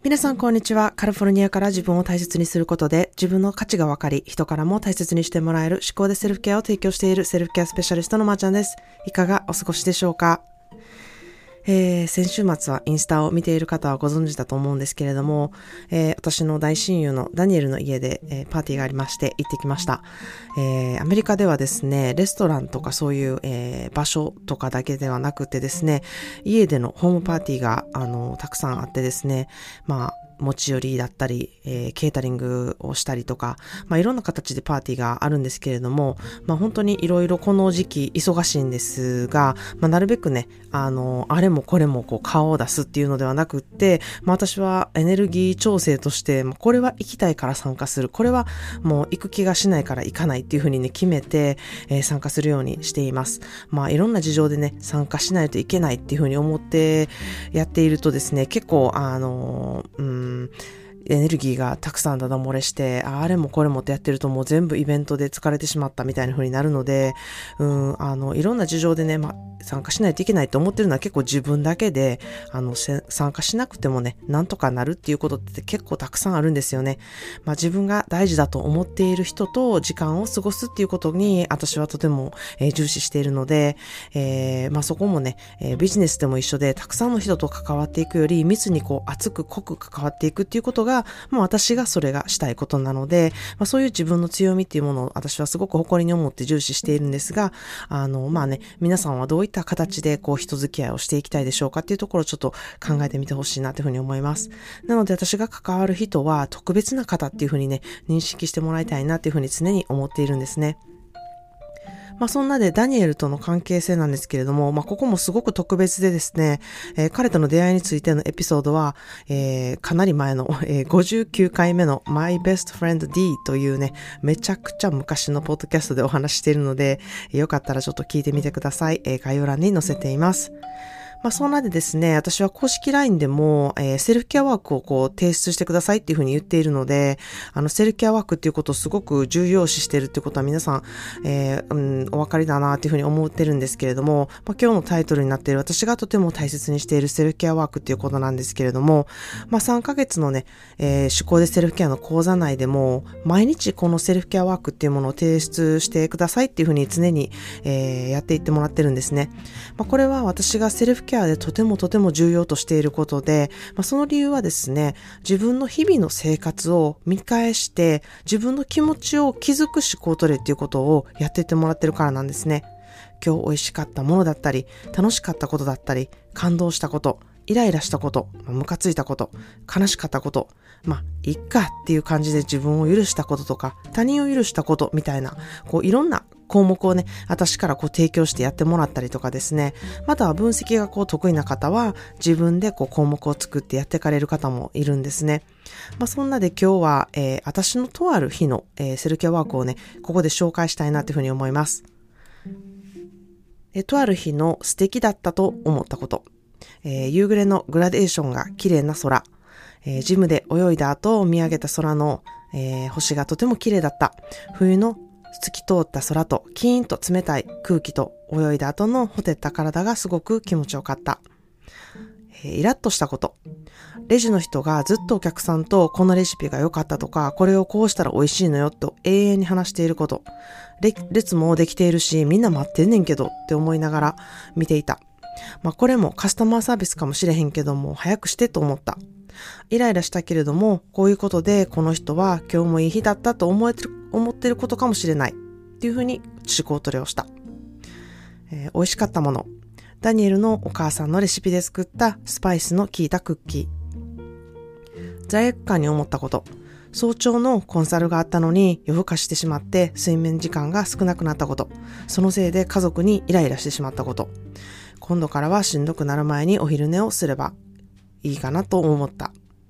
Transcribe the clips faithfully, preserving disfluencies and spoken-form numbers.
皆さんこんにちは。カリフォルニアから自分を大切にすることで自分の価値が分かり、人からも大切にしてもらえる思考でセルフケアを提供しているセルフケアスペシャリストのまーちゃんです。いかがお過ごしでしょうか？えー、先週末はインスタを見ている方はご存知だと思うんですけれども、えー、私の大親友のダニエルの家で、えー、パーティーがありまして行ってきました。えー、アメリカではですね、レストランとかそういう、えー、場所とかだけではなくてですね、家でのホームパーティーがあのたくさんあってですね、まあ持ち寄りだったり、えー、ケータリングをしたりとか、まあいろんな形でパーティーがあるんですけれども、まあ本当にいろいろこの時期忙しいんですが、まあなるべくね、あの、あれもこれもこう顔を出すっていうのではなくって、まあ私はエネルギー調整として、これは行きたいから参加する、これはもう行く気がしないから行かないっていうふうにね、決めて、えー、参加するようにしています。まあいろんな事情でね、参加しないといけないっていうふうに思ってやっているとですね、結構あの、うんエネルギーがたくさんダダ漏れして、あ, あれもこれもってやってるともう全部イベントで疲れてしまったみたいな風になるので、うん、あの、いろんな事情でね、ま、参加しないといけないと思ってるのは結構自分だけで、あの、参加しなくてもね、なんとかなるっていうことって結構たくさんあるんですよね。まあ自分が大事だと思っている人と時間を過ごすっていうことに、私はとても、えー、重視しているので、えー、まあそこもね、えー、ビジネスでも一緒で、たくさんの人と関わっていくより、密にこう熱く濃く関わっていくっていうことが、まあ私がそれがしたいことなので、まあそういう自分の強みっていうものを私はすごく誇りに思って重視しているんですが、あの、まあね、皆さんはどういった形でこう人付き合いをしていきたいでしょうかっていうところをちょっと考えてみてほしいなというふうに思います。なので私が関わる人は特別な方っていうふうにね、認識してもらいたいなっていうふうに常に思っているんですね。まあそんなでダニエルとの関係性なんですけれども、まあここもすごく特別でですね、えー、彼との出会いについてのエピソードは、えー、かなり前の、えー、ごじゅうきゅうかいめの My Best Friend D というね、めちゃくちゃ昔のポッドキャストでお話しているので、よかったらちょっと聞いてみてください。えー、概要欄に載せています。まあそんなでですね、私は公式 ライン でも、えー、セルフケアワークをこう提出してくださいっていうふうに言っているので、あのセルフケアワークっていうことをすごく重要視しているってことは皆さん、えーうん、お分かりだなっていうふうに思ってるんですけれども、まあ、今日のタイトルになっている私がとても大切にしているセルフケアワークっていうことなんですけれども、まあさんかげつのね、えー、思考でセルフケアの講座内でも毎日このセルフケアワークっていうものを提出してくださいっていうふうに常に、えー、やっていってもらってるんですね。まあ、これは私がセルフケアでとてもとても重要としていることで、まあ、その理由はですね、自分の日々の生活を見返して自分の気持ちを気づく思考トレっていうことをやっていってもらってるからなんですね。今日美味しかったものだったり、楽しかったことだったり、感動したこと、イライラしたこと、ムカついたこと、悲しかったこと、まあ、いっかっていう感じで自分を許したこととか、他人を許したことみたいな、こういろんな項目をね、私からこう提供してやってもらったりとかですね、または分析がこう得意な方は自分でこう項目を作ってやってかれる方もいるんですね。まあそんなで今日は、えー、私のとある日の、えー、セルフケアワークをね、ここで紹介したいなというふうに思います。えー、とある日の素敵だったと思ったこと、えー、夕暮れのグラデーションが綺麗な空、えー、ジムで泳いだ後見上げた空の、えー、星がとても綺麗だった。冬の透き通った空とキーンと冷たい空気と泳いだ後のほてった体がすごく気持ちよかった。えー、イラッとしたこと。レジの人がずっとお客さんとこのレシピが良かったとか、これをこうしたら美味しいのよと永遠に話していること。列もできているし、みんな待ってんねんけどって思いながら見ていた。まあこれもカスタマーサービスかもしれへんけども、早くしてと思った。イライラしたけれども、こういうことでこの人は今日もいい日だったと思えてる、思ってることかもしれないっていうふうに思考トレをした。えー、美味しかったもの。ダニエルのお母さんのレシピで作ったスパイスの効いたクッキー。罪悪感に思ったこと。早朝のコンサルがあったのに夜更かしてしまって睡眠時間が少なくなったこと。そのせいで家族にイライラしてしまったこと。今度からはしんどくなる前にお昼寝をすればいいかなと思った。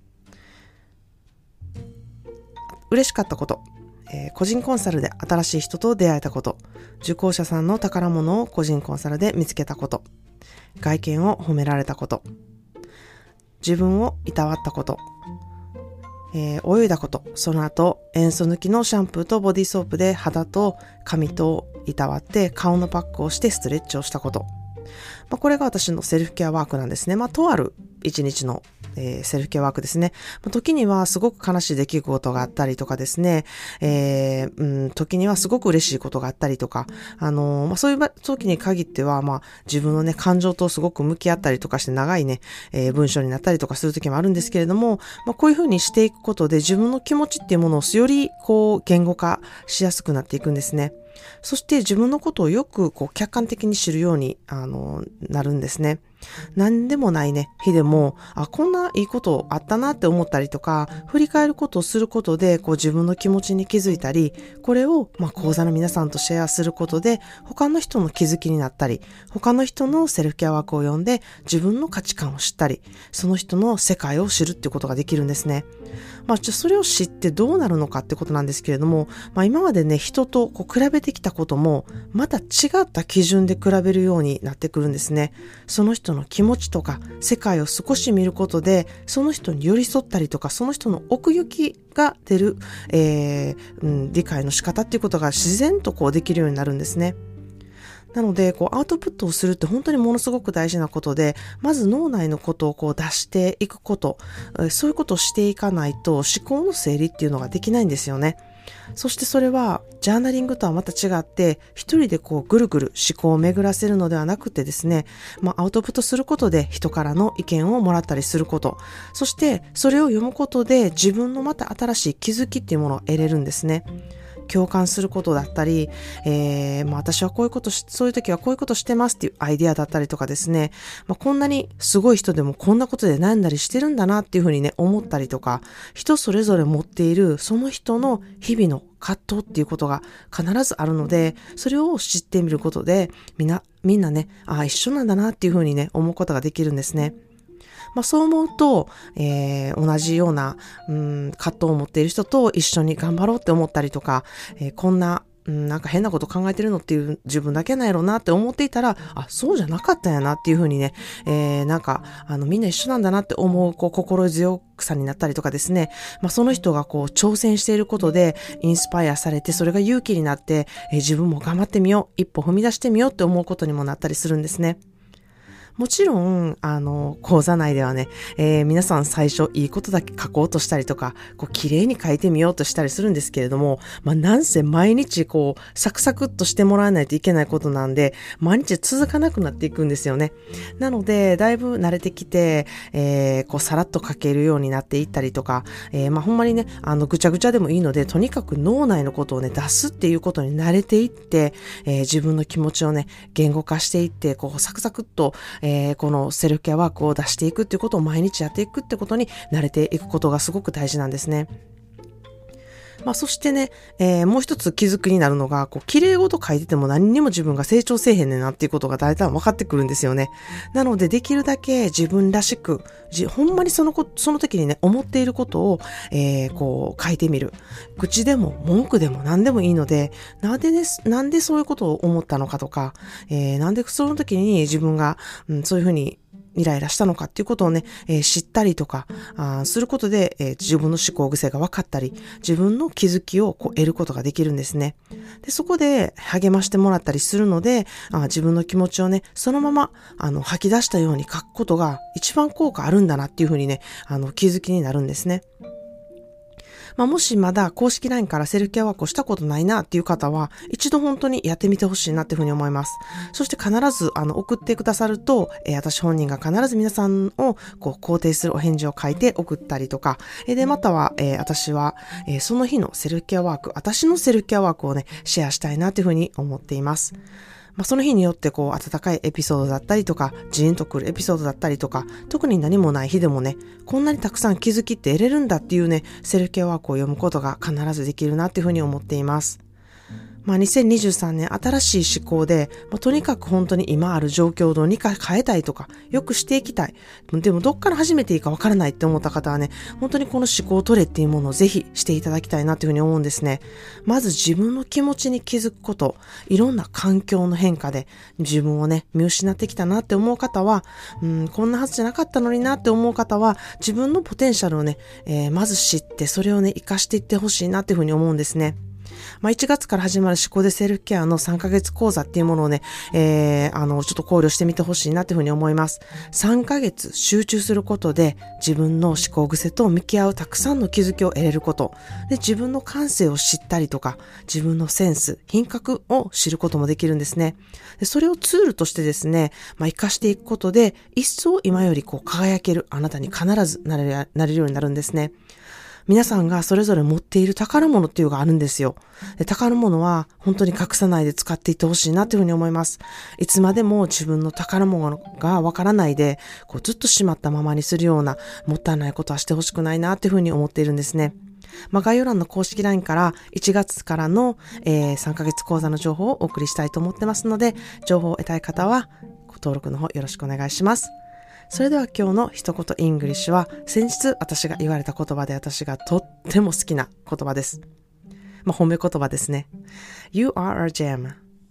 嬉しかったこと、えー、個人コンサルで新しい人と出会えたこと、受講者さんの宝物を個人コンサルで見つけたこと、外見を褒められたこと、自分をいたわったこと、えー、泳いだこと、その後塩素抜きのシャンプーとボディーソープで肌と髪といたわって顔のパックをしてストレッチをしたこと。まあ、これが私のセルフケアワークなんですね。まあ、とある一日のえー、セルフケアワークですね。時にはすごく悲しい出来事があったりとかですね、えーうん、時にはすごく嬉しいことがあったりとか、あのーまあ、そういう時に限っては、まあ、自分のね、感情とすごく向き合ったりとかして長いね、えー、文章になったりとかする時もあるんですけれども、まあ、こういうふうにしていくことで自分の気持ちっていうものをよりこう言語化しやすくなっていくんですね。そして自分のことをよくこう客観的に知るようにあのなるんですね。何でもないね、日でも、あ、こんないいことあったなって思ったりとか、振り返ることをすることで、こう自分の気持ちに気づいたり、これを、まあ、講座の皆さんとシェアすることで、他の人の気づきになったり、他の人のセルフケアワークを読んで、自分の価値観を知ったり、その人の世界を知るっていうことができるんですね。まあ、じゃあそれを知ってどうなるのかってことなんですけれども、まあ、今までね、人とこう比べてきたことも、また違った基準で比べるようになってくるんですね。その人の気持ちとか世界を少し見ることで、その人に寄り添ったりとか、その人の奥行きが出る、えーうん、理解の仕方っていうことが自然とこうできるようになるんですね。なので、こう、アウトプットをするって本当にものすごく大事なことで、まず脳内のことをこう出していくこと、そういうことをしていかないと思考の整理っていうのができないんですよね。そしてそれはジャーナリングとはまた違って一人でこうぐるぐる思考を巡らせるのではなくてですね、まあ、アウトプットすることで人からの意見をもらったりすること、そしてそれを読むことで自分のまた新しい気づきっていうものを得れるんですね。共感することだったり、えー、まあ私はこういうことし、そういう時はこういうことしてますっていうアイデアだったりとかですね、まあこんなにすごい人でもこんなことで悩んだりしてるんだなっていうふうにね、思ったりとか、人それぞれ持っているその人の日々の葛藤っていうことが必ずあるので、それを知ってみることで、みんな、みんなね、ああ、一緒なんだなっていうふうにね、思うことができるんですね。まあそう思うと、えー、同じような、うん、葛藤を持っている人と一緒に頑張ろうって思ったりとか、えー、こんな、うん、なんか変なこと考えてるのっていう自分だけなんやろなって思っていたら、あ、そうじゃなかったんやなっていうふうにね、えー、なんか、あの、みんな一緒なんだなって思う、こう、心強さになったりとかですね、まあその人がこう、挑戦していることで、インスパイアされて、それが勇気になって、えー、自分も頑張ってみよう、一歩踏み出してみようって思うことにもなったりするんですね。もちろん、あの、講座内ではね、えー、皆さん最初いいことだけ書こうとしたりとか、こう、綺麗に書いてみようとしたりするんですけれども、まあ、なんせ毎日こう、サクサクっとしてもらわないといけないことなんで、毎日続かなくなっていくんですよね。なので、だいぶ慣れてきて、えー、こう、さらっと書けるようになっていったりとか、えー、まあ、ほんまにね、あの、ぐちゃぐちゃでもいいので、とにかく脳内のことをね、出すっていうことに慣れていって、えー、自分の気持ちをね、言語化していって、こう、サクサクっと、えー、このセルフケアワークを出していくっていうことを毎日やっていくってことに慣れていくことがすごく大事なんですね。まあそしてね、えー、もう一つ気づくになるのが、こう、綺麗事書いてても何にも自分が成長せえへんねんなっていうことが大体分かってくるんですよね。なのでできるだけ自分らしく、じほんまにそのこ、その時にね、思っていることを、えー、こう、書いてみる。愚痴でも文句でも何でもいいので、なんでです、なんでそういうことを思ったのかとか、えー、なんでその時に自分が、うん、そういうふうにイライラしたのかっていうことをね、えー、知ったりとかあすることで、えー、自分の思考癖が分かったり、自分の気づきをこう得ることができるんですね。で、そこで励ましてもらったりするので、あ自分の気持ちをね、そのままあの吐き出したように書くことが一番効果あるんだなっていうふうにね、あの気づきになるんですね。まあ、もしまだ公式 ライン からセルフケアワークをしたことないなっていう方は、一度本当にやってみてほしいなっていうふうに思います。そして必ずあの送ってくださると、えー、私本人が必ず皆さんをこう肯定するお返事を書いて送ったりとか、えー、で、または、えー、私は、えー、その日のセルフケアワーク、私のセルフケアワークをね、シェアしたいなというふうに思っています。まあ、その日によってこう温かいエピソードだったりとか、ジーンとくるエピソードだったりとか、特に何もない日でもね、こんなにたくさん気づきって得れるんだっていうね、セルフケアワークを読むことが必ずできるなっていうふうに思っています。まあ、にせんにじゅうさんねん新しい思考で、まあ、とにかく本当に今ある状況をどうにか変えたいとか、よくしていきたい。でもどっから始めていいかわからないって思った方はね、本当にこの思考トレっていうものをぜひしていただきたいなっていうふうに思うんですね。まず自分の気持ちに気づくこと、いろんな環境の変化で自分をね、見失ってきたなって思う方は、うん、こんなはずじゃなかったのになって思う方は、自分のポテンシャルをね、えー、まず知って、それをね、活かしていってほしいなっていうふうに思うんですね。 まあ、いちがつから始まる思考でセルフケアのさんかげつ講座っていうものをね、えー、あの、ちょっと考慮してみてほしいなというふうに思います。さんかげつ集中することで自分の思考癖と向き合うたくさんの気づきを得れること。で、自分の感性を知ったりとか、自分のセンス、品格を知ることもできるんですね。で、それをツールとしてですね、まあ、活かしていくことで、一層今よりこう輝けるあなたに必ずなれる、なれるようになるんですね。皆さんがそれぞれ持っている宝物っていうのがあるんですよ。で、宝物は本当に隠さないで使っていってほしいなというふうに思います。いつまでも自分の宝物がわからないで、こうずっとしまったままにするようなもったいないことはしてほしくないなというふうに思っているんですね。まあ、概要欄の公式 ライン からいちがつからの、えー、さんかげつ講座の情報をお送りしたいと思ってますので、情報を得たい方はご登録の方よろしくお願いします。それでは今日の一言イングリッシュは、先日私が言われた言葉で私がとっても好きな言葉です。まあ、褒め言葉ですね。You are a gem.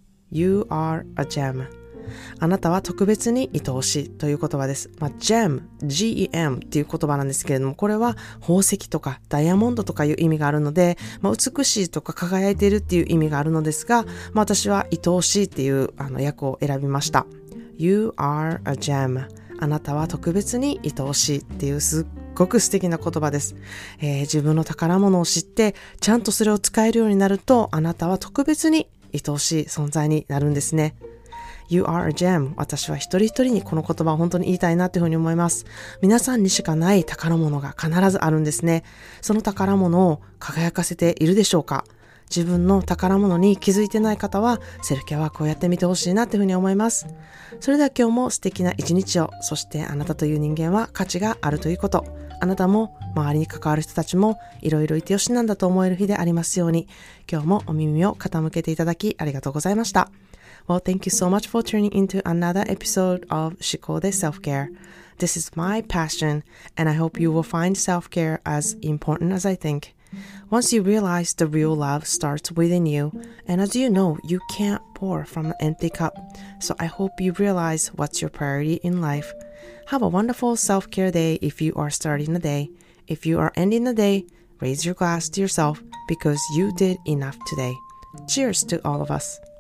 You are a gem. あなたは特別に愛おしいという言葉です。まあ、gem, G E M っていう言葉なんですけれども、これは宝石とかダイヤモンドとかいう意味があるので、まあ、美しいとか輝いているっていう意味があるのですが、まあ、私は愛おしいっていうあの訳を選びました。You are a gem.あなたは特別に愛おしいっていうすっごく素敵な言葉です、えー、自分の宝物を知ってちゃんとそれを使えるようになると、あなたは特別に愛おしい存在になるんですね。 You are a gem. 私は一人一人にこの言葉を本当に言いたいなというふうに思います。皆さんにしかない宝物が必ずあるんですね。その宝物を輝かせているでしょうか。自分の宝物に気づいてない方はセルフケアワークをやってみてほしいなというふうに思います。それでは今日も素敵な一日を。そしてあなたという人間は価値があるということ。あなたも周りに関わる人たちもいろいろいてよしなんだと思える日でありますように。今日もお耳を傾けていただきありがとうございました。Well, thank you so much for tuning into another episode of 思考で Self-Care.This is my passion, and I hope you will find self-care as important as I think.Once you realize the real love starts within you, and as you know, you can't pour from an empty cup. So I hope you realize what's your priority in life. Have a wonderful self-care day if you are starting the day. If you are ending the day, raise your glass to yourself because you did enough today. Cheers to all of us.